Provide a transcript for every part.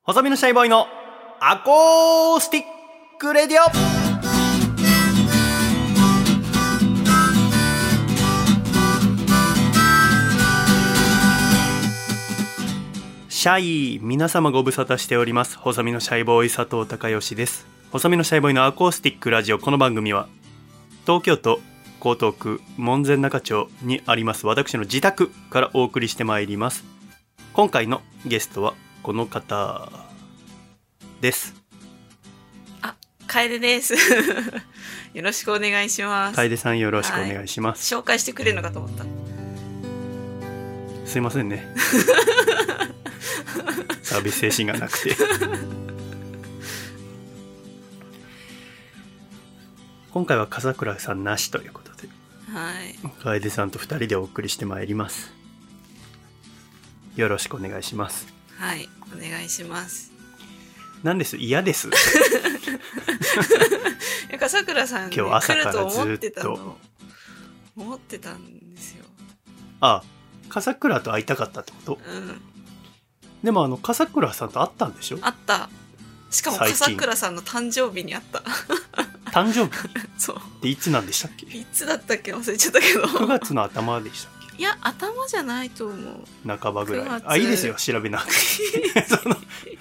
細身のシャイボーイのアコースティックレディオ。シャイ、皆様ご無沙汰しております。細身のシャイボーイ佐藤孝義です。細身のシャイボーイのアコースティックラジオ。この番組は東京都江東区門前仲町にあります私の自宅からお送りしてまいります。今回のゲストはこの方です。 楓ですよろしくお願いします。 楓さんよろしくお願いします、 紹介してくれるのかと思った。 すいませんねサービス精神がなくて今回は笠倉さんなしということで、楓さんと2人でお送りしてまいります。よろしくお願いします。 はい、お願いします。 なんです、嫌です笠倉さん、ね、 今日朝からずっと来ると思ってたんですよ。 あ、笠倉と会いたかったってこと？でも笠倉さんと会ったんでしょ？ 会った。しかも笠倉さんの誕生日に会った誕生日そうで、いつなんでしたっけ？ いつだったっけ忘れちゃったけど 9月の頭でしたっけ？ いや、頭じゃないと思う。 半ばぐらい。あ、いいですよ、調べなくてその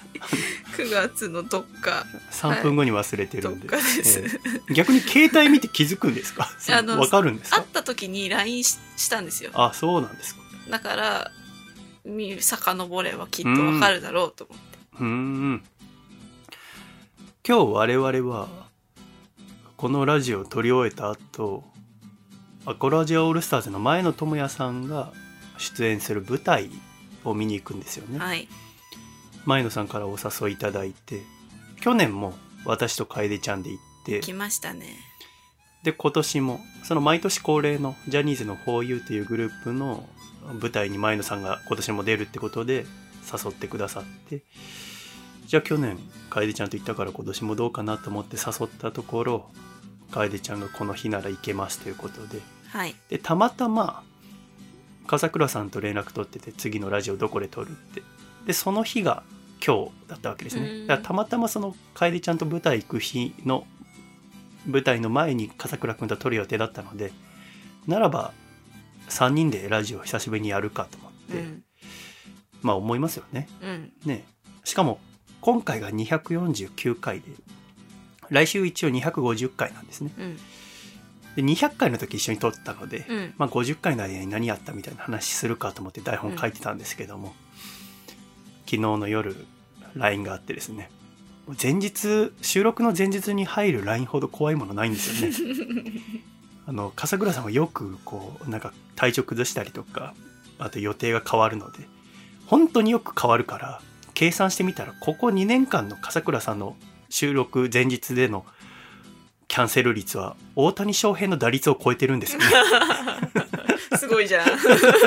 9月のどっか 3分後に忘れてるんで、 どっかです、 逆に携帯見て気づくんですか？わかるんですか？ 会った時に LINE したんですよ。 あ、そうなんですか。 だから遡ればきっとわかるだろうと思って。 今日我々はこのラジオを撮り終えた後、アコラジアオールスターズの前野智也さんが出演する舞台を見に行くんですよね。 はい、 前野さんからお誘いいただいて、去年も私と楓ちゃんで行って来ましたね。で今年もその毎年恒例のジャニーズの 4U というグループの舞台に前野さんが今年も出るってことで誘ってくださって、じゃあ去年楓ちゃんと行ったから今年もどうかなと思って誘ったところ、楓ちゃんがこの日なら行けますということで、 はい、 でたまたま笠倉さんと連絡取ってて、次のラジオどこで撮るって、でその日が今日だったわけですね。だからたまたまその楓ちゃんと舞台行く日の舞台の前に笠倉くんと撮る予定だったので、ならば3人でラジオ久しぶりにやるかと思って、まあ思いますよね。ね、しかも今回が249回で、来週一応250回なんですね。で200回の時一緒に撮ったので、まあ、50回の間に何やったみたいな話するかと思って台本書いてたんですけども、昨日の夜 LINE があってですね、前日、収録の前日に入る LINE ほど怖いものないんですよね笠倉さんはよくこうなんか体調崩したりとか、あと予定が変わるので、本当によく変わるから、計算してみたらここ2年間の笠倉さんの収録前日でのキャンセル率は大谷翔平の打率を超えてるんですよねすごいじゃん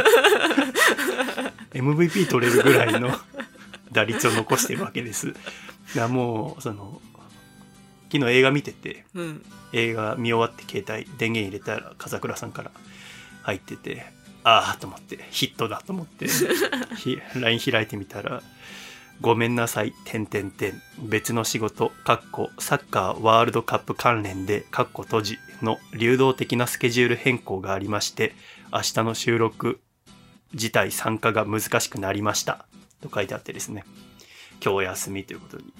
MVP 取れるぐらいの打率を残してるわけです。だからもう昨日映画見てて、映画見終わって携帯電源入れたら笠倉さんから入ってて、ああと思って、ヒットだと思ってLINE 開いてみたら、ごめんなさい、別の仕事、サッカーワールドカップ関連で、閉じの流動的なスケジュール変更がありまして、明日の収録自体参加が難しくなりました。と書いてあってですね、今日お休みということに。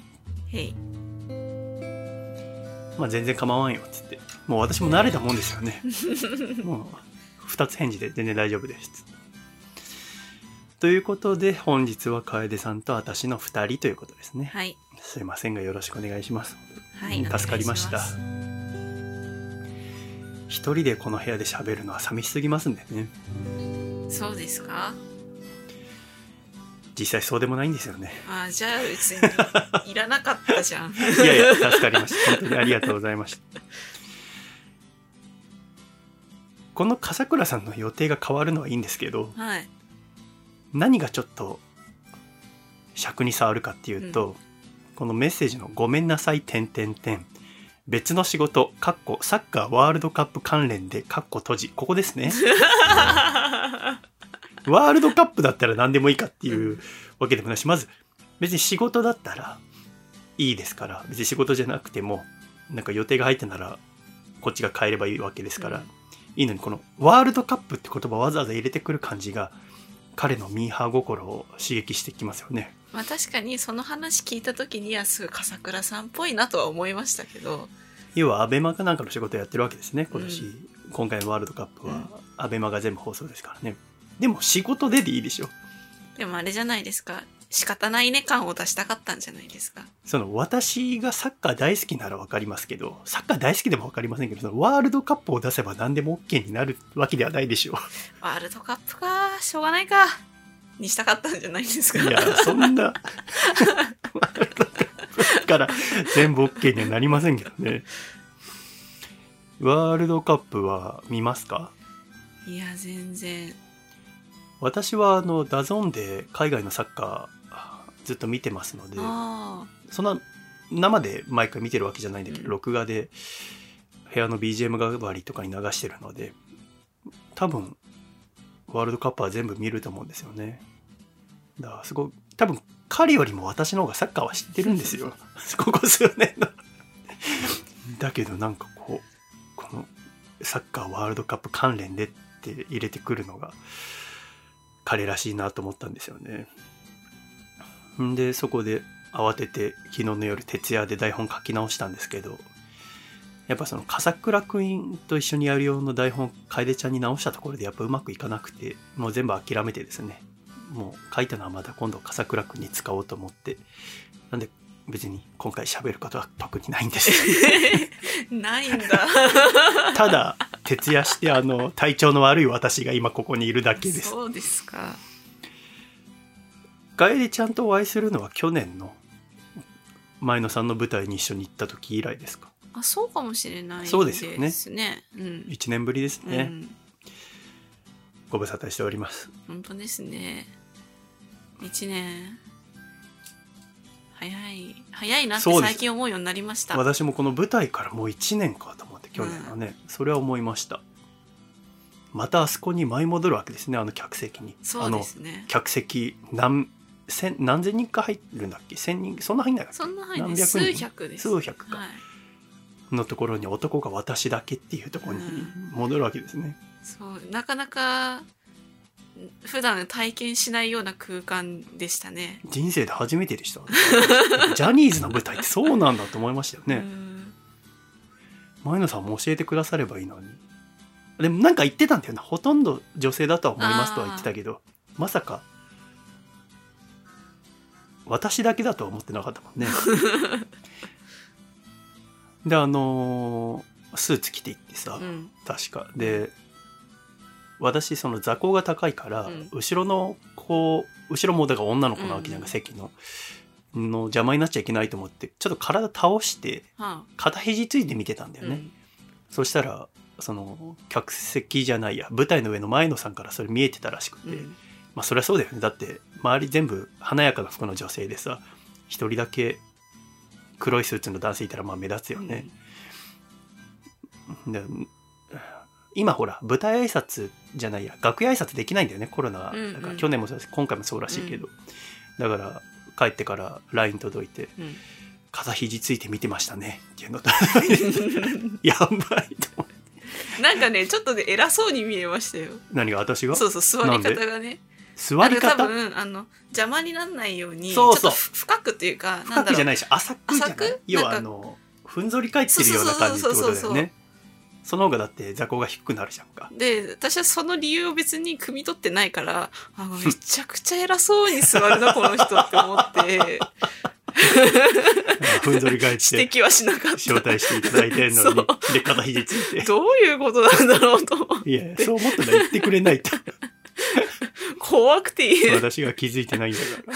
まあ全然構わんよ、つって。もう私も慣れたもんですよね。もう2つ返事で全然大丈夫です。ということで本日は楓さんと私の2人ということですね。すいませんがよろしくお願いします。助かりました。一人でこの部屋で喋るのは寂しすぎますんでね。 そうですか？ 実際そうでもないんですよね。 じゃあ別にいらなかったじゃんいやいや、助かりました。本当にありがとうございました。この笠倉さんの予定が変わるのはいいんですけど、何がちょっと尺に触るかっていうと、このメッセージのごめんなさい、別の仕事、サッカーワールドカップ関連で、閉じ、ここですね。ワールドカップだったら何でもいいかっていうわけでもないし、まず別に仕事だったらいいですから、別に仕事じゃなくてもなんか予定が入ってならこっちが変えればいいわけですから、 うんいいのに、このワールドカップって言葉をわざわざ入れてくる感じが彼のミーハー心を刺激してきますよね。 まあ確かにその話聞いた時にはすぐ笠倉さんっぽいなとは思いましたけど、 要はアベマかなんかの仕事をやってるわけですね今年、今回のワールドカップはうんアベマが全部放送ですからね。でも仕事でいいでしょ。 でもあれじゃないですか、仕方ないね感を出したかったんじゃないですか。 その私がサッカー大好きなら分かりますけど、サッカー大好きでも分かりませんけど、そのワールドカップを出せば何でも OK になるわけではないでしょワールドカップか、しょうがないかにしたかったんじゃないですか。 いやそんなワールドカップから全部 OK にはなりませんけどね。ワールドカップは見ますか？ いや全然。 私はダゾーンで海外のサッカーずっと見てますので、 あそんな生で毎回見てるわけじゃないんだけど、録画で部屋の BGM 代わりとかに流してるので、多分ワールドカップは全部見ると思うんですよね。だからすごい多分彼よりも私の方がサッカーは知ってるんですよここ数年のだけどなんかこのサッカーワールドカップ関連でって入れてくるのが彼らしいなと思ったんですよね。んでそこで慌てて昨日の夜徹夜で台本書き直したんですけど、やっぱその笠倉くんと一緒にやる用の台本楓ちゃんに直したところでやっぱうまくいかなくて、もう全部諦めてですね、もう書いたのはまた今度笠倉くんに使おうと思って、なんで別に今回喋ることは特にないんですないんだただ徹夜して体調の悪い私が今ここにいるだけです。 そうですか。 楓ちゃんとお会いするのは去年の前野さんの舞台に一緒に行った時以来ですか？ あ、そうかもしれないそうですよね。 ですね。うん。 1年ぶりですね、 うん、 ご無沙汰しております。 本当ですね。1年早いなって最近思うようになりました。 私もこの舞台からもう1年かと思って、去年はね、それは思いました。またあそこに舞い戻るわけですね、客席に。 そうですね。 客席何千人か入るんだっけ、1000人、そんな入んないか、 そんな入んない、 何百人、 数百です。 数百か、 はい、 のところに男が私だけっていうところに戻るわけですね、 そうなかなか普段体験しないような空間でしたね。 人生で初めてでしたジャニーズの舞台ってそうなんだと思いましたよね。前野さんも教えてくださればいいのに。でもなんか言ってたんだよな、ほとんど女性だとは思いますとは言ってたけど、まさか私だけだとは思ってなかったもんねでスーツ着て行ってさ、確かで、私その座高が高いから、後ろの後ろもだから女の子なわけじゃんか、席の邪魔になっちゃいけないと思ってちょっと体倒して片肘ついて見てたんだよね、そしたらその客席じゃないや舞台の上の前野さんからそれ見えてたらしくて、まあそりゃそうだよね、だって周り全部華やかな服の女性でさ、一人だけ黒いスーツの男性いたらまあ目立つよね、で今ほら舞台挨拶じゃないや楽屋挨拶できないんだよね、コロナだから、去年もそうです、今回もそうらしいけど、だから帰ってから LINE 届いて、肩肘ついて見てましたねっていうのとやばいと思って、 なんかねちょっとで偉そうに見えましたよ。 何が？私が？ そう座り方がね、 座り方多分邪魔にならないようにちょっと深くっていうか、 深くじゃないし浅くじゃない、要はふんぞり返ってるような感じってことだよね。その方がだって座高が低くなるじゃんか。 で私はその理由を別に汲み取ってないから、めちゃくちゃ偉そうに座るなこの人って思ってふんぞり返って指摘はしなかった。 招待していただいてるのにで肩肘ついてどういうことなんだろうと思って、 いやそう思ったら言ってくれないと怖くて言え私が気づいてないんだから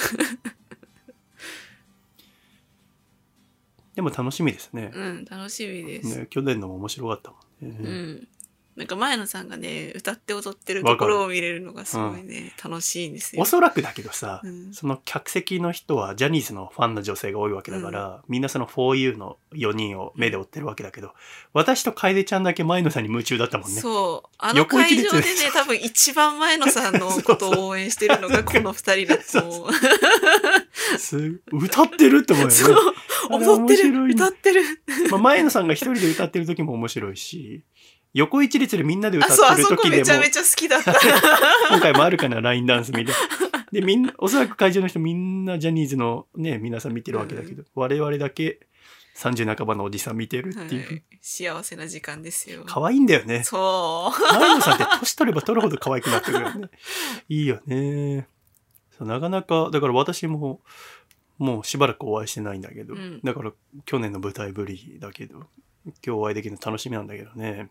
でも楽しみですね。 楽しみです、 ね、去年のも面白かったもんね。 なんか前野さんがね歌って踊ってるところを見れるのがすごいね、楽しいんですよ。 おそらくだけどさ、 うんその客席の人はジャニーズのファンの女性が多いわけだから、みんなその 4U の4人を目で追ってるわけだけど、私と楓ちゃんだけ前野さんに夢中だったもんね。 そう。あの会場でね、多分一番前野さんのことを応援してるのがこの二人だと思う。 歌ってるって思うよね。 そう。踊ってる、 面白いね歌ってる。 まあ前野さんが一人で歌ってる時も面白いし、横一列でみんなで歌あ、そう、あってるそこ時でもめちゃめちゃ好きだった。 今回もあるかなラインダンスみたいな。でみんなおそらく会場の人みんなジャニーズのね皆さん見てるわけだけど、我々だけ30半ばのおじさん見てるっていう、 はい、幸せな時間ですよ。 可愛いんだよね。 そう前野さんって年取れば取るほど可愛くなってくるよね。いいよね。そうなかなかだから私ももうしばらくお会いしてないんだけど、だから去年の舞台ぶりだけど今日お会いできるの楽しみなんだけどね。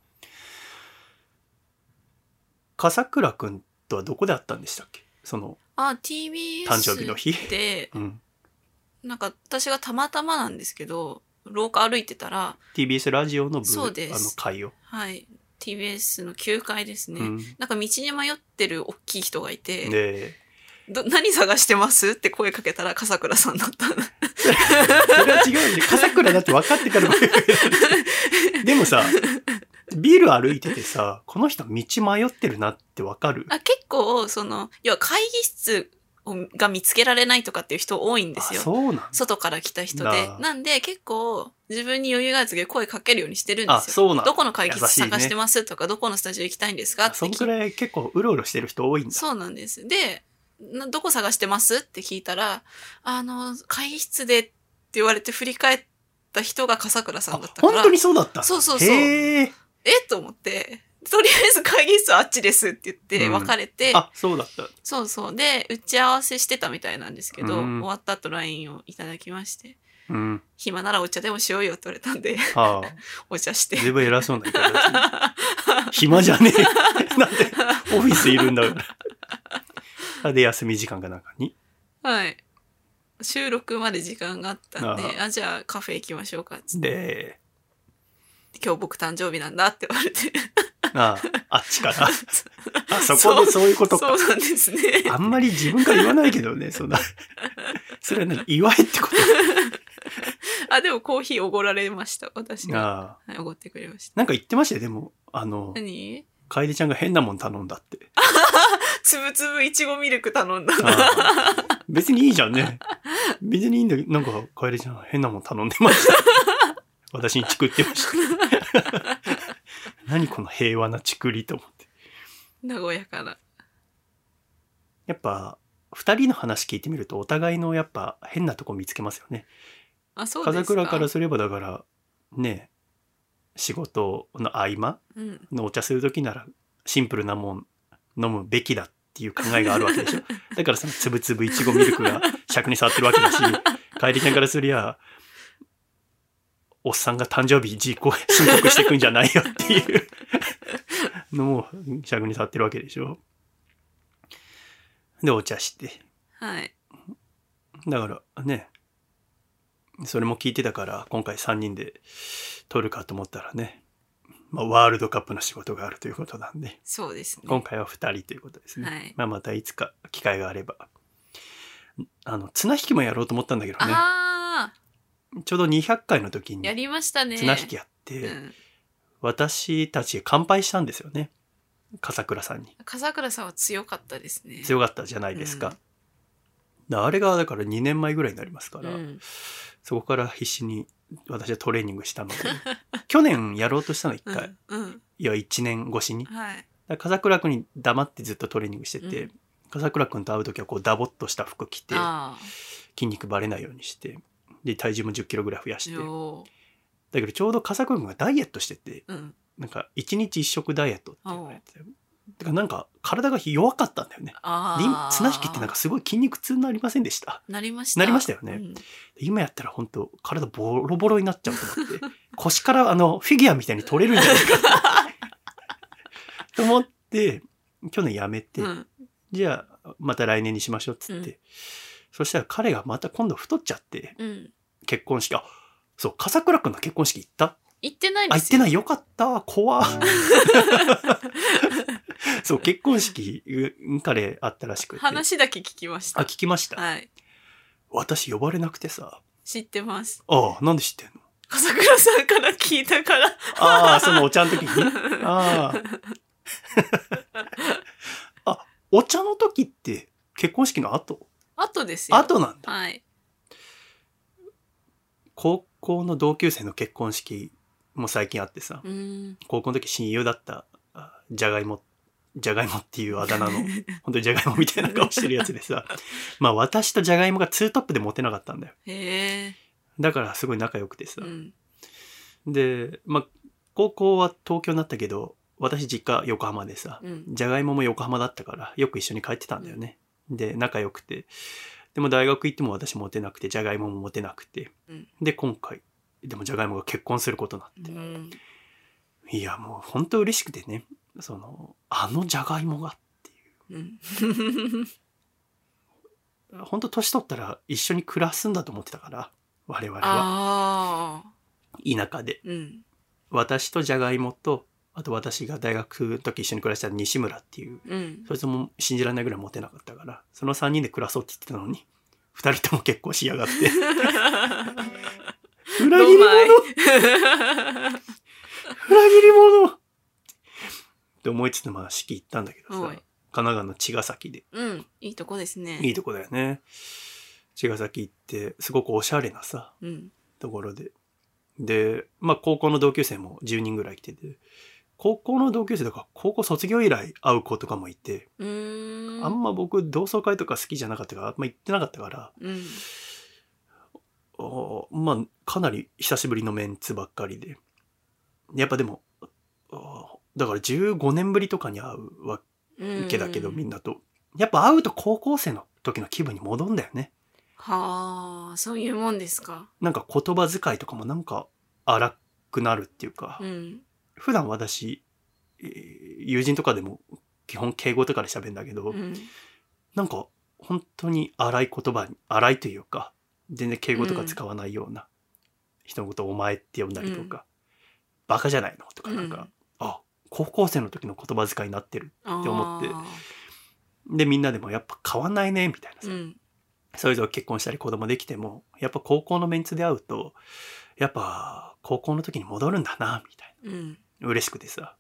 笠倉くんとはどこで会ったんでしたっけ？その TBS 誕生日の日で、 うん、 なんか私がたまたまなんですけど廊下歩いてたら TBS ラジオのそうですあの会を、 はい、TBS の9階ですね、 なんか道に迷ってる大きい人がいて、 で何探してますって声かけたら笠倉さんだったそれは違うね。笠倉だって分かってからでもさビル歩いててさこの人道迷ってるなって分かる？ 結構要は会議室が見つけられないとかっていう人多いんですよ。 そうなんだ。 外から来た人で。なんで結構自分に余裕がある時声かけるようにしてるんですよ。 そうなんだ。 どこの会議室探してますとか、どこのスタジオ行きたいんですかってそのくらい結構うろうろしてる人多いんだ。 そうなんです。で、どこ探してますって聞いたら、会議室でって言われて振り返った人が笠倉さんだったから。 本当にそうだった？ そうそうそう。と思って、とりあえず会議室はあっちですって言って別れて、 そうだった。 そうそう。で、打ち合わせしてたみたいなんですけど、終わった後 LINE をいただきまして、暇ならお茶でもしようよって言われたんで、お茶して。 随分偉そうな言い方暇じゃねえ。なんでオフィスいるんだから。で、休み時間かなんかに。 はい。収録まで時間があったんで、じゃあカフェ行きましょうかっつって。今日僕誕生日なんだって言われて。 あっちから。そこでそういうことか。 そうなんですね。 あんまり自分から言わないけどね、それは何祝いってことでもコーヒーおごられました、私が。おごってくれました。 なんか言ってましたよ、でも。 何？ 楓ちゃんが変なもん頼んだって。 つぶつぶいちごミルク頼んだ。 別にいいじゃんね。別にいいんだけど、なんか楓ちゃん変なもん頼んでました。私にチクってました。何この平和なチクリと思って。 和やかな。 やっぱ2人の話聞いてみるとお互いのやっぱ変なとこ見つけますよね。 そうですか。 風倉からすればだからね、仕事の合間のお茶する時ならシンプルなもん飲むべきだっていう考えがあるわけでしょ。だからそのつぶつぶいちごミルクが尺に触ってるわけだし、楓ちゃんからすりゃおっさんが誕生日自己申告してくんじゃないよっていうのも尺に触ってるわけでしょ。でお茶して、 はい。 だからね、それも聞いてたから今回3人で撮るかと思ったらね、ワールドカップの仕事があるということなんで、 そうですね。 今回は2人ということですね。またいつか機会があれば綱引きもやろうと思ったんだけどね。ちょうど200回の時にやりましたね。 綱引きやって、私たち乾杯したんですよね、笠倉さんに。 笠倉さんは強かったですね。 強かったじゃないですか。あれがだから2年前ぐらいになりますから、そこから必死に私はトレーニングしたので去年やろうとしたの1回、いや1年越しに、笠倉君に黙ってずっとトレーニングしてて、笠倉君と会う時はこうダボっとした服着て筋肉バレないようにして、で体重も10キロぐらい増やして、だけどちょうど笠倉君がダイエットしてて、なんか1日1食ダイエットって言われて、だからなんか体が弱かったんだよね。綱引きってなんかすごい筋肉痛になりませんでした？なりましたよね。今やったら本当体ボロボロになっちゃうと思って腰からフィギュアみたいに取れるんじゃないかと思って去年やめて、じゃあまた来年にしましょうっつって、そしたら彼がまた今度太っちゃって、結婚式、そう笠倉くんの結婚式行った？ 行ってないんですよ。 行ってない。よかった。怖そう、結婚式、彼あったらしくて。 話だけ聞きました。 聞きました。 はい。 私呼ばれなくてさ。 知ってます。 なんで知ってんの？ 笠倉さんから聞いたから。 そのお茶の時にお茶の時って結婚式の後ですよ。 後なんだ。 はい。 高校の同級生の結婚式も最近あってさ、高校の時親友だったじゃがいもっていうあだ名の本当にじゃがいもみたいな顔してるやつでさまあ私とじゃがいもがツートップでモテなかったんだよ。だからすごい仲良くてさ、で高校は東京になったけど私実家横浜でさ、じゃがいもも横浜だったからよく一緒に帰ってたんだよね。で仲良くて、でも大学行っても私モテなくてじゃがいももモテなくて、で今回でもじゃがいもが結婚することになって、いやもう本当嬉しくてね、じゃがいもがっていう、本当年取ったら一緒に暮らすんだと思ってたから我々は田舎で、私とじゃがいもとあと私が大学の時一緒に暮らした西村っていう、そいつも信じられないぐらいモテなかったから、その3人で暮らそうって言ってたのに2人とも結婚しやがって裏切り者裏切り者って思いつつ式行ったんだけどさ、神奈川の茅ヶ崎で、 いいとこですね。 いいとこだよね。茅ヶ崎行ってすごくおしゃれなさ、ところで高校の同級生も10人ぐらい来てて、高校の同級生だから高校卒業以来会う子とかもいて、あんま僕同窓会とか好きじゃなかったからあんま行ってなかったから、かなり久しぶりのメンツばっかりで、やっぱでもだから15年ぶりとかに会うわけだけど、みんなとやっぱ会うと高校生の時の気分に戻るんだよね。 はあ、そういうもんですか。 なんか言葉遣いとかもなんか荒くなるっていうか、普段私、友人とかでも基本敬語とかで喋るんだけど、なんか本当に荒い言葉に、荒いというか全然敬語とか使わないような、人のことをお前って呼んだりとか、バカじゃないのとかなんか、高校生の時の言葉遣いになってるって思って、でみんなでもやっぱ変わんないねみたいなさ、それぞれ結婚したり子供できてもやっぱ高校のメンツで会うとやっぱ高校の時に戻るんだなみたいな、嬉しくてさ、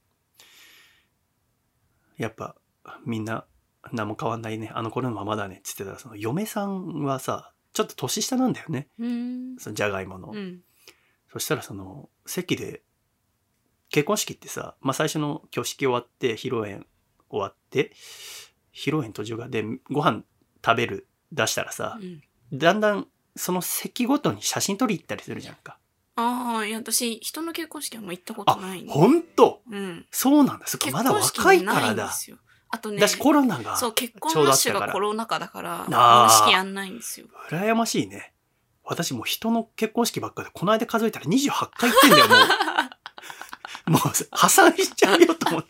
やっぱみんな何も変わんないね、あの頃のままだねっつってたら、その嫁さんはさちょっと年下なんだよね、そのじゃがいもの、そしたらその席で結婚式ってさ、最初の挙式終わって披露宴終わって披露宴途中でご飯食べる出したらさ、だんだんその席ごとに写真撮り行ったりするじゃんか。 いや私人の結婚式はもう行ったことないんで。 本当？そうなんだ。そっか、まだ若いからだ。 あとね、 だしコロナがそう、結婚ラッシュがコロナ禍だから式やんないんですよ。 羨ましいね。私もう人の結婚式ばっかでこの間数えたら28回行ってんだよもう破産しちゃうよと思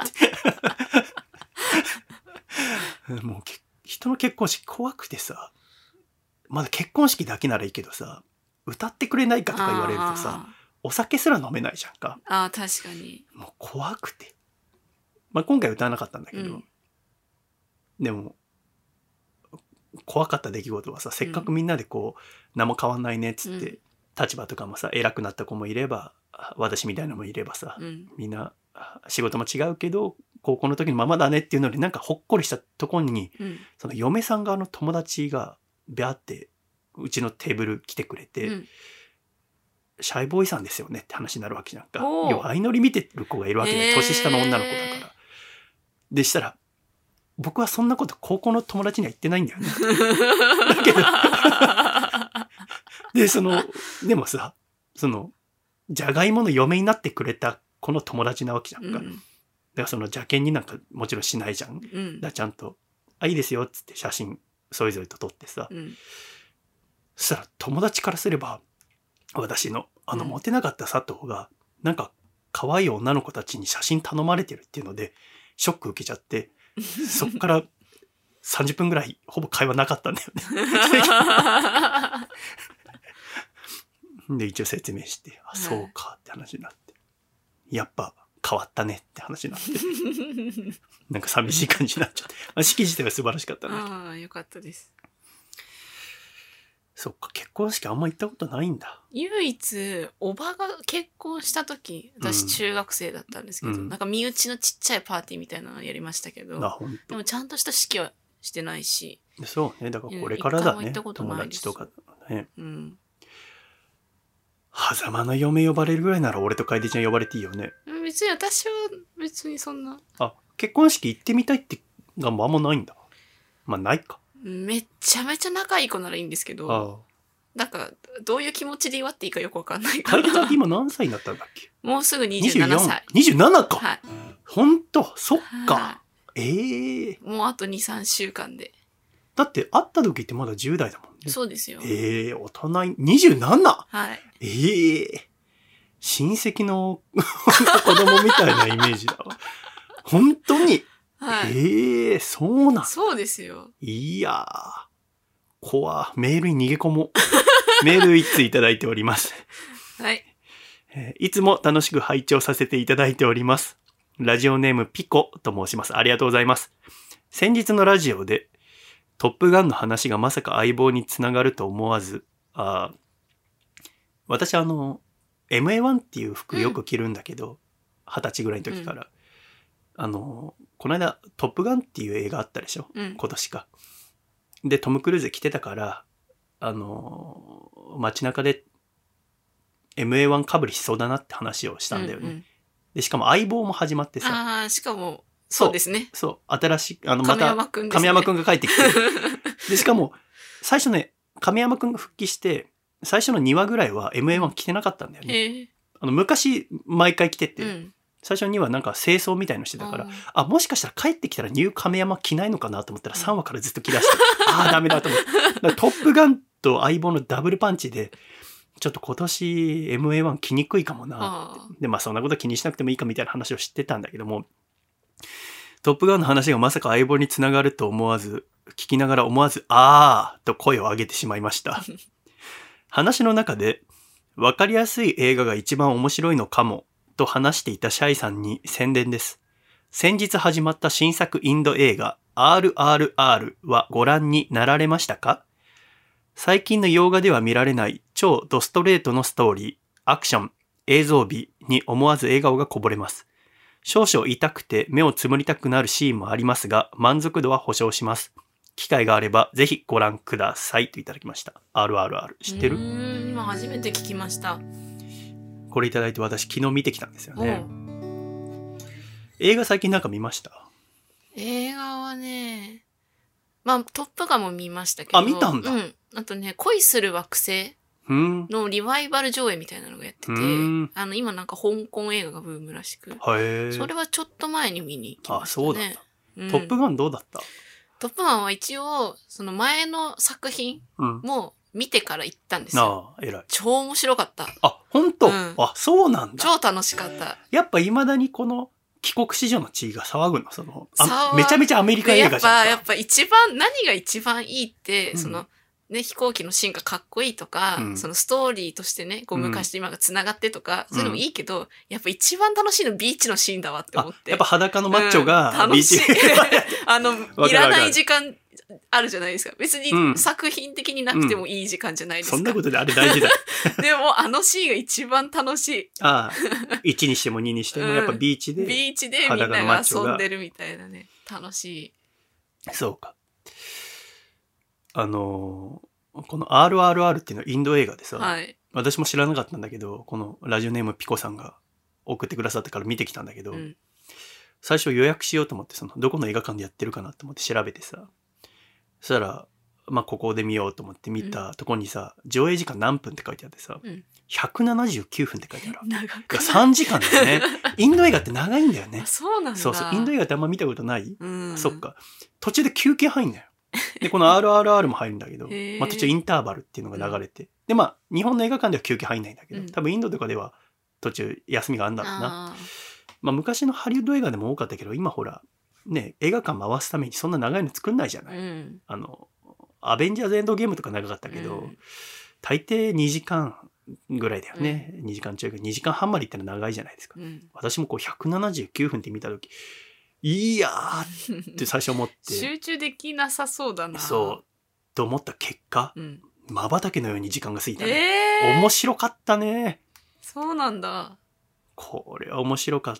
ってもう人の結婚式怖くてさ、まだ結婚式だけならいいけどさ、歌ってくれないかとか言われるとさ、お酒すら飲めないじゃんか。 確かに。 もう怖くて、今回歌わなかったんだけど、でも怖かった出来事はさ、せっかくみんなでこう何も変わんないねっつって、立場とかもさ偉くなった子もいれば私みたいなのもいればさ、みんな仕事も違うけど高校の時のままだねっていうのでなんかほっこりしたところに、その嫁さん側の友達がビャーってうちのテーブル来てくれて、シャイボーイさんですよねって話になるわけじゃんか。要は相乗り見てる子がいるわけで、年下の女の子だから。でしたら僕はそんなこと高校の友達には言ってないんだよね。だけどでもさ、じゃがいもの嫁になってくれたこの友達なわけじゃんか。だからその邪険になんかもちろんしないじゃん。だからちゃんといいですよっつって写真それぞれと撮ってさ、そしたら友達からすれば私のモテなかった佐藤がなんか可愛い女の子たちに写真頼まれてるっていうのでショック受けちゃって、そっから30分ぐらいほぼ会話なかったんだよね。で一応説明して、そうかって話になって、 やっぱ変わったねって話になってなんか寂しい感じになっちゃって、まあ、式自体は素晴らしかったね。 ああ、よかったです。 そっか、結婚式あんま行ったことないんだ。 唯一おばが結婚した時、私中学生だったんですけど、なんか身内のちっちゃいパーティーみたいなのやりましたけど、でもちゃんとした式はしてないし。 そうね、だからこれからだね、友達とかね。狭間の嫁呼ばれるぐらいなら俺と楓ちゃん呼ばれていいよね。 別に私は別にそんな。 結婚式行ってみたいって願望あんまないんだ。まあないか。 めちゃめちゃ仲いい子ならいいんですけど、なんかどういう気持ちで祝っていいかよくわかんないから。 楓ちゃん今何歳になったんだっけ？ もうすぐ27歳。 27か。 はい。 ほんと、そっか。 はい、もうあと2、3週間で。 だって会った時ってまだ10代だもんね。 そうですよ。 大人27？ はい。 親戚の子供みたいなイメージだわ。本当に。はい。そうなん。 そうですよ。 いやー、メールに逃げ込もう。メール1通いただいております。 はい。 いつも楽しく拝聴させていただいております。ラジオネームピコと申します。ありがとうございます。先日のラジオで、トップガンの話がまさか相棒につながると思わず、私MA1 っていう服よく着るんだけど、20歳ぐらいの時から。この間、トップガンっていう映画あったでしょ、今年か。で、トム・クルーズ着てたから、街中で MA1 かぶりしそうだなって話をしたんだよね。で、しかも相棒も始まってさ。 しかも、そうですね。 そう、新しい、また、 亀山くんですね。 亀山くんが帰ってきて。で、しかも、最初ね、亀山くんが復帰して、最初の2話ぐらいは MA1 着てなかったんだよね。昔、毎回着てて、最初にはなんか清掃みたいのしてたから、もしかしたら帰ってきたらニュー亀山着ないのかなと思ったら3話からずっと着出して、ダメだと思って。トップガンと相棒のダブルパンチで、ちょっと今年 MA1 着にくいかもなって。で、まあそんなこと気にしなくてもいいかみたいな話を知ってたんだけども、トップガンの話がまさか相棒につながると思わず、聞きながら思わず、と声を上げてしまいました。話の中で、わかりやすい映画が一番面白いのかも、と話していたシャイさんに宣伝です。先日始まった新作インド映画、RRR はご覧になられましたか？最近の洋画では見られない超ドストレートのストーリー、アクション、映像美に思わず笑顔がこぼれます。少々痛くて目をつむりたくなるシーンもありますが、満足度は保証します。機会があればぜひご覧くださいといただきました。RRR 知ってる？ 今初めて聞きました。 これいただいて私昨日見てきたんですよね。映画最近なんか見ました？ 映画はね、まあトップガンも見ましたけど。 見たんだ。 あとね、恋する惑星のリバイバル上映みたいなのがやってて、今なんか香港映画がブームらしく、それはちょっと前に見に行きましたね。そうだった。 トップガンどうだった？ トップガンは一応その前の作品も見てから行ったんですよ。 偉い。 超面白かった。 本当？そうなんだ。 超楽しかった。 やっぱ未だにこの帰国子女の地位が騒ぐの？めちゃめちゃアメリカ映画じゃん。 やっぱ何が一番いいって、そのね、飛行機のシーンがかっこいいとか、そのストーリーとしてね、こう昔と今が繋がってとか、そういうのもいいけど、やっぱ一番楽しいのビーチのシーンだわって思って。 やっぱ裸のマッチョがビーチ、 楽しい。いらない時間あるじゃないですか。別に作品的になくてもいい時間じゃないですか。 そんなことであれ大事だ。 でもシーンが一番楽しい。 1にしても2にしてもやっぱビーチで。 ビーチでみんなが遊んでるみたいなね。楽しい。 そうか。この RRR っていうのはインド映画でさ、私も知らなかったんだけど、このラジオネームピコさんが送ってくださってから見てきたんだけど、最初予約しようと思って、どこの映画館でやってるかなと思って調べてさ、そしたら、ここで見ようと思って見たとこにさ、上映時間何分って書いてあってさ、179分って書いてある。 長く 3時間だよね。インド映画って長いんだよね。 そうなんだ。 そう、インド映画ってあんま見たことない？そっか。途中で休憩入んだよ。で、この RRR も入るんだけど、途中インターバルっていうのが流れて。で、日本の映画館では休憩入んないんだけど、多分インドとかでは途中休みがあるんだろうな。昔のハリウッド映画でも多かったけど、今ほら、ね、映画館回すためにそんな長いの作んないじゃない。アベンジャーズエンドゲームとか長かったけど、大抵2時間ぐらいだよね。2時間ちょいぐらい。2時間半まで行ったら長いじゃないですか。私もこう179分って見たとき、いやーって最初思って。 集中できなさそうだな。 そう。と思った結果、瞬きのように時間が過ぎたね。面白かったね。 そうなんだ。 これは面白かった。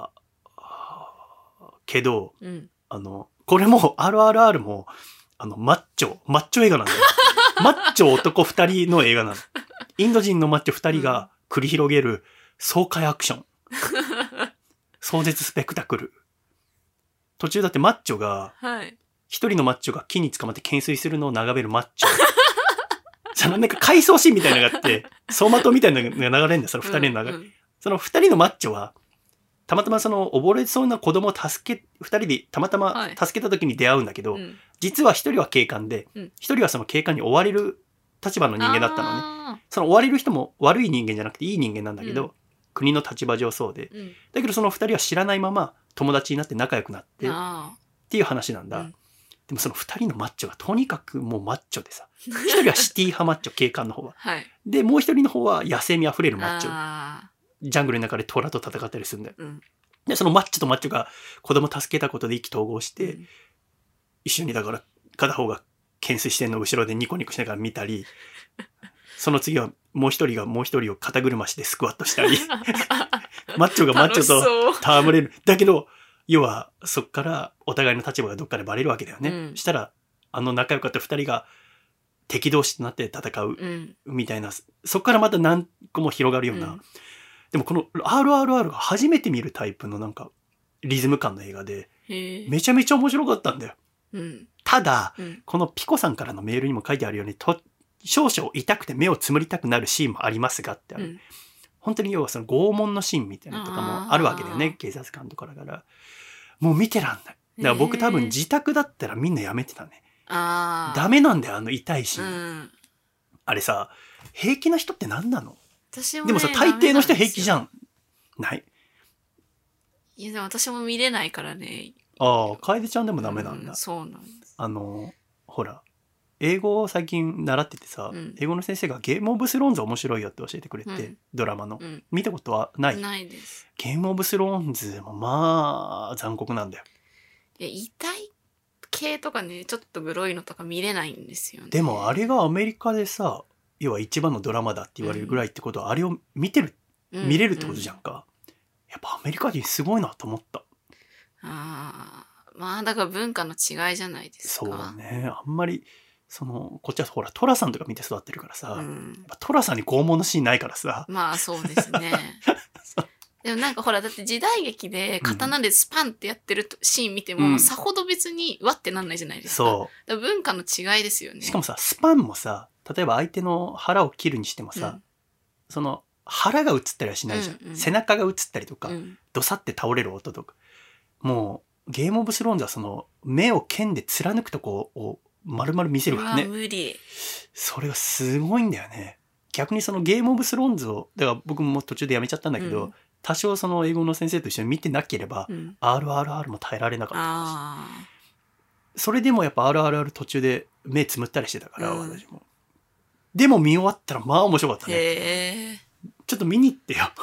けど、これも RRR も、マッチョ映画なんだよ。マッチョ男2人の映画なの。インド人のマッチョ2人が繰り広げる爽快アクション。壮絶スペクタクル。途中だってマッチョが、一人のマッチョが木に捕まって懸垂するのを眺めるマッチョ。そのなんか回想シーンみたいなのがあって、走馬灯みたいなのが流れるんだよ、その二人の流れ。その二人のマッチョは、たまたまその溺れそうな子供を二人でたまたま助けた時に出会うんだけど、実は一人は警官で、一人はその警官に追われる立場の人間だったのね。その追われる人も悪い人間じゃなくていい人間なんだけど、国の立場上そうで、だけどその二人は知らないまま友達になって仲良くなってっていう話なんだ。でもその二人のマッチョがとにかくもうマッチョでさ、一人はシティ派マッチョ、警官の方は。で、もう一人の方は野生味あふれるマッチョ。ジャングルの中で虎と戦ったりするんだよ。で、そのマッチョとマッチョが子供助けたことで意気投合して、一緒にだから片方が懸垂してんのを後ろでニコニコしながら見たり、その次はもう一人がもう一人を肩車してスクワットしたり、マッチョがマッチョと戯れる。だけど、要はそっからお互いの立場がどっかでバレるわけだよね。したら仲良かった二人が敵同士となって戦うみたいな、そっからまた何個も広がるような。でもこの RRR が初めて見るタイプのなんかリズム感の映画で、めちゃめちゃ面白かったんだよ。ただ、このピコさんからのメールにも書いてあるように、少々痛くて目をつむりたくなるシーンもありますがってある。本当に要はその拷問のシーンみたいなのとかもあるわけだよね、警察官とかだから。もう見てらんない。だから僕多分自宅だったらみんなやめてたね。ダメなんだよ、痛いシーン。あれさ、平気な人って何なの？ 私もね、 でもさ、大抵の人平気じゃん。ない。 いや、でも私も見れないからね。 楓ちゃんでもダメなんだ。 そうなんです。 ほら、英語を最近習っててさ、英語の先生がゲームオブスローンズ面白いよって教えてくれて、ドラマの。見たことはない？ ないです。 ゲームオブスローンズもまあ、残酷なんだよ。 いや、痛い系とかね、ちょっとグロいのとか見れないんですよね。 でもあれがアメリカでさ、要は一番のドラマだって言われるぐらいってことは、あれを見れるってことじゃんか。やっぱアメリカ人すごいなと思った。 まあだから文化の違いじゃないですか。 そうね。あんまりこっちはほらトラさんとか見て育ってるからさ、トラさんに拷問のシーンないからさ。 まあそうですね。でもなんかほら、だって時代劇で刀でスパンってやってるシーン見ても、さほど別にわってなんないじゃないですか。そう。だから文化の違いですよね。 しかもさ、スパンもさ、例えば相手の腹を切るにしてもさ、その腹が映ったりはしないじゃん。背中が映ったりとか、ドサって倒れる音とか。もう、ゲームオブスローンズはその目を剣で貫くとこを丸々見せるからね。 無理。 それがすごいんだよね。逆にそのゲームオブスローンズを、だから僕も途中でやめちゃったんだけど、多少その英語の先生と一緒に見てなければ、RRR も耐えられなかったし。それでもやっぱ RRR 途中で目つむったりしてたから、私も。でも見終わったらまあ面白かったね。ちょっと見に行ってよ。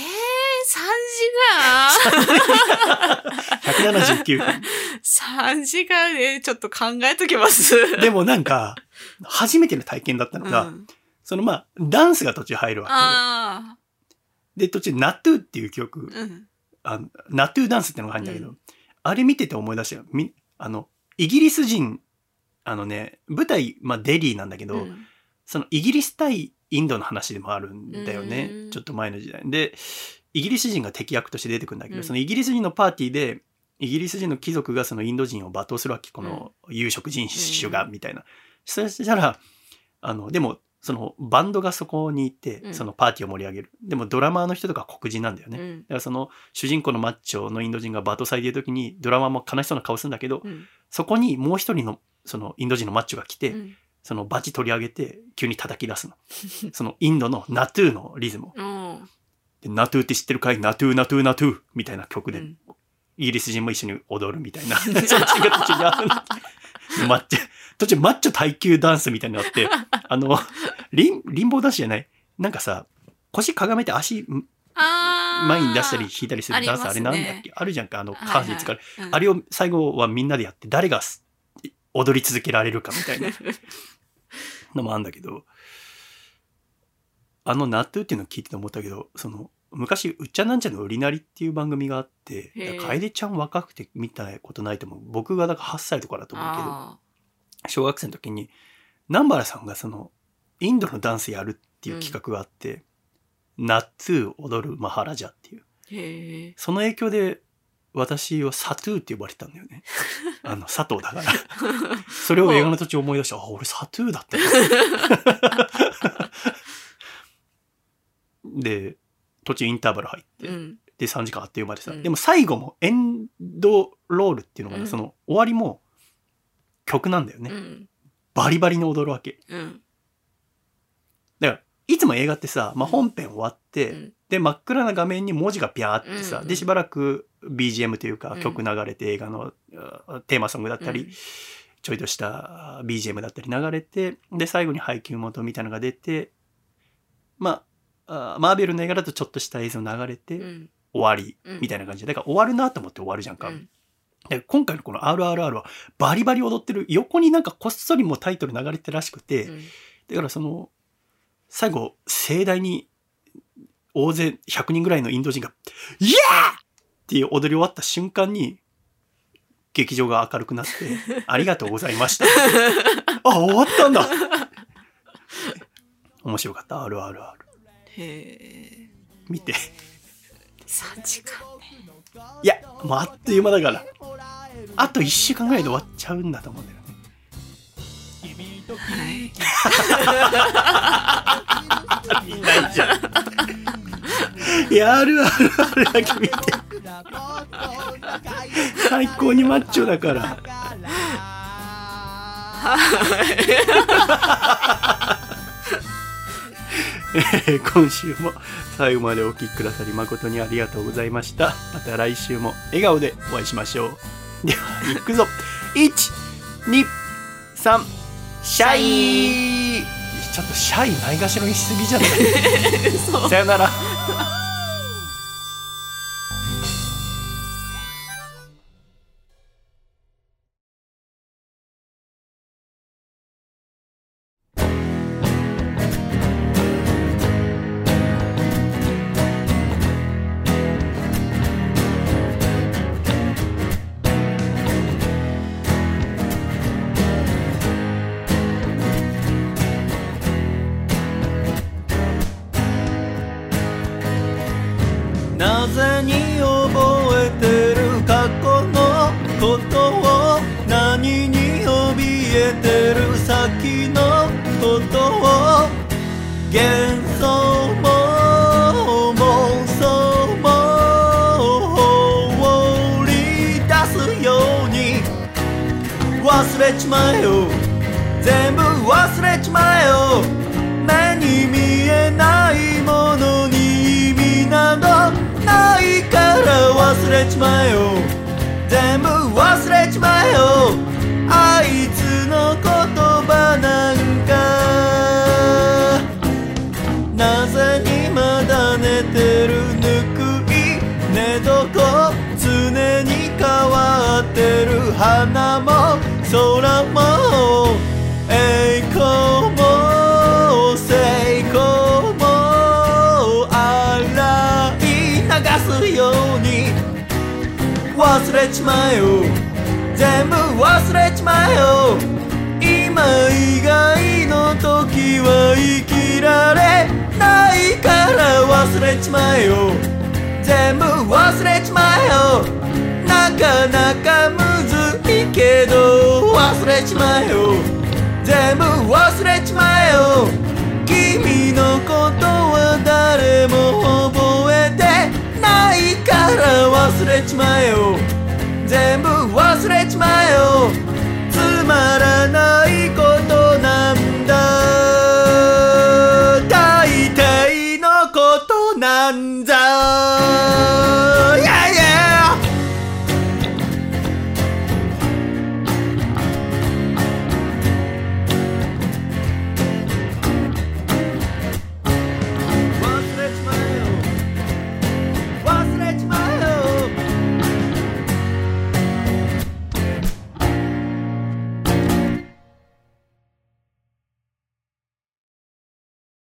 3時間 179分。 3時間ね、ちょっと考えときます。 でもなんか、初めての体験だったのが、ダンスが途中入るわけで。で、途中、ナトゥっていう曲、ナトゥダンスってのが入るんだけど、あれ見てて思い出したよ。イギリス人、舞台、デリーなんだけど、そのイギリス対インドの話でもあるんだよね。ちょっと前の時代。で、イギリス人が敵役として出てくるんだけど、そのイギリス人のパーティーで、イギリス人の貴族がそのインド人を罵倒するわけ。この有色人種が、みたいな。そしたら、でも、そのバンドがそこにいて、そのパーティーを盛り上げる。でもドラマーの人とか黒人なんだよね。だからその主人公のマッチョのインド人が罵倒されている時に、ドラマーも悲しそうな顔するんだけど、そこにもう一人のそのインド人のマッチョが来て、そのバチ取り上げて急に叩き出すの。そのインドのナトゥーのリズムを。でナトゥーって知ってるかい？ナトゥーナトゥーナトゥーみたいな曲で、イギリス人も一緒に踊るみたいな。そっちが途中にあるの。途中マッチョ耐久ダンスみたいになって、リンボーダッシュじゃない？ なんかさ腰かがめて足前に出したり引いたりするダンスあれなんだっけ、あるじゃんか、下半身使う、あれを最後はみんなでやって誰が踊り続けられるかみたいなのもあるんだけど、ナットゥっていうのを聞いてて思ったけど、その昔うっちゃなんちゃの売りなりっていう番組があって、楓ちゃん若くて見たことないと思う。僕がだから8歳とかだと思うけど、小学生の時に南原さんがそのインドのダンスやるっていう企画があって、ナットゥ踊るマハラジャっていう、その影響で私はサトゥーって呼ばれてたんだよね。佐藤だからそれを映画の途中思い出した。あ、俺サトゥーだったで途中インターバル入って、で3時間あっという間でさ、でも最後もエンドロールっていうのがね、その終わりも曲なんだよね、バリバリに踊るわけ、だからいつも映画ってさ、本編終わって、で真っ暗な画面に文字がピャーってさ、でしばらく BGM というか曲流れて、映画のテーマソングだったり、ちょいとした BGM だったり流れて、で最後に配給元みたいなのが出て、マーベルの映画だとちょっとした映像流れて、終わりみたいな感じで、だから終わるなと思って終わるじゃんか、で今回のこの RRR はバリバリ踊ってる、横になんかこっそりもタイトル流れてるらしくて、だからその最後盛大に大勢100人ぐらいのインド人がイエーっていう踊り終わった瞬間に劇場が明るくなってありがとうございましたあ、終わったんだ面白かった。 RRR へー、 見て 3時間ね。 いやもうあっという間だから、あと1週間ぐらいで終わっちゃうんだと思うんだよね。 はい。 いないじゃん。いや、あるだけ見て。最高にマッチョだから。今週も最後までお聞きくださり誠にありがとうございました。また来週も笑顔でお会いしましょう。では行くぞ。1、2、3、シャイ。ちょっとシャイないがしろにしすぎじゃないさよなら。なぜに覚えてる過去のことを、何に怯えてる先のことを、幻想も妄想も放り出すように忘れちまえよ、全部忘れちまえよ。目に見えないものに意味などないから忘れちまえよ、全部忘れちまえよ。あいつの言葉なんか、なぜにまだ寝てる、ぬくい寝床、常に変わってる花も空も栄光も成功も洗い流すように忘れちまえよ、全部忘れちまえよ。今以外の時は生きられないから忘れちまえよ、全部忘れちまえよ。なかなかむずいけど忘れちまえよ、全部忘れちまえよ。君のことは誰も覚えてないから忘れちまえよ、全部忘れちまえよ。つまらないことなんだ、大抵のことなんだ。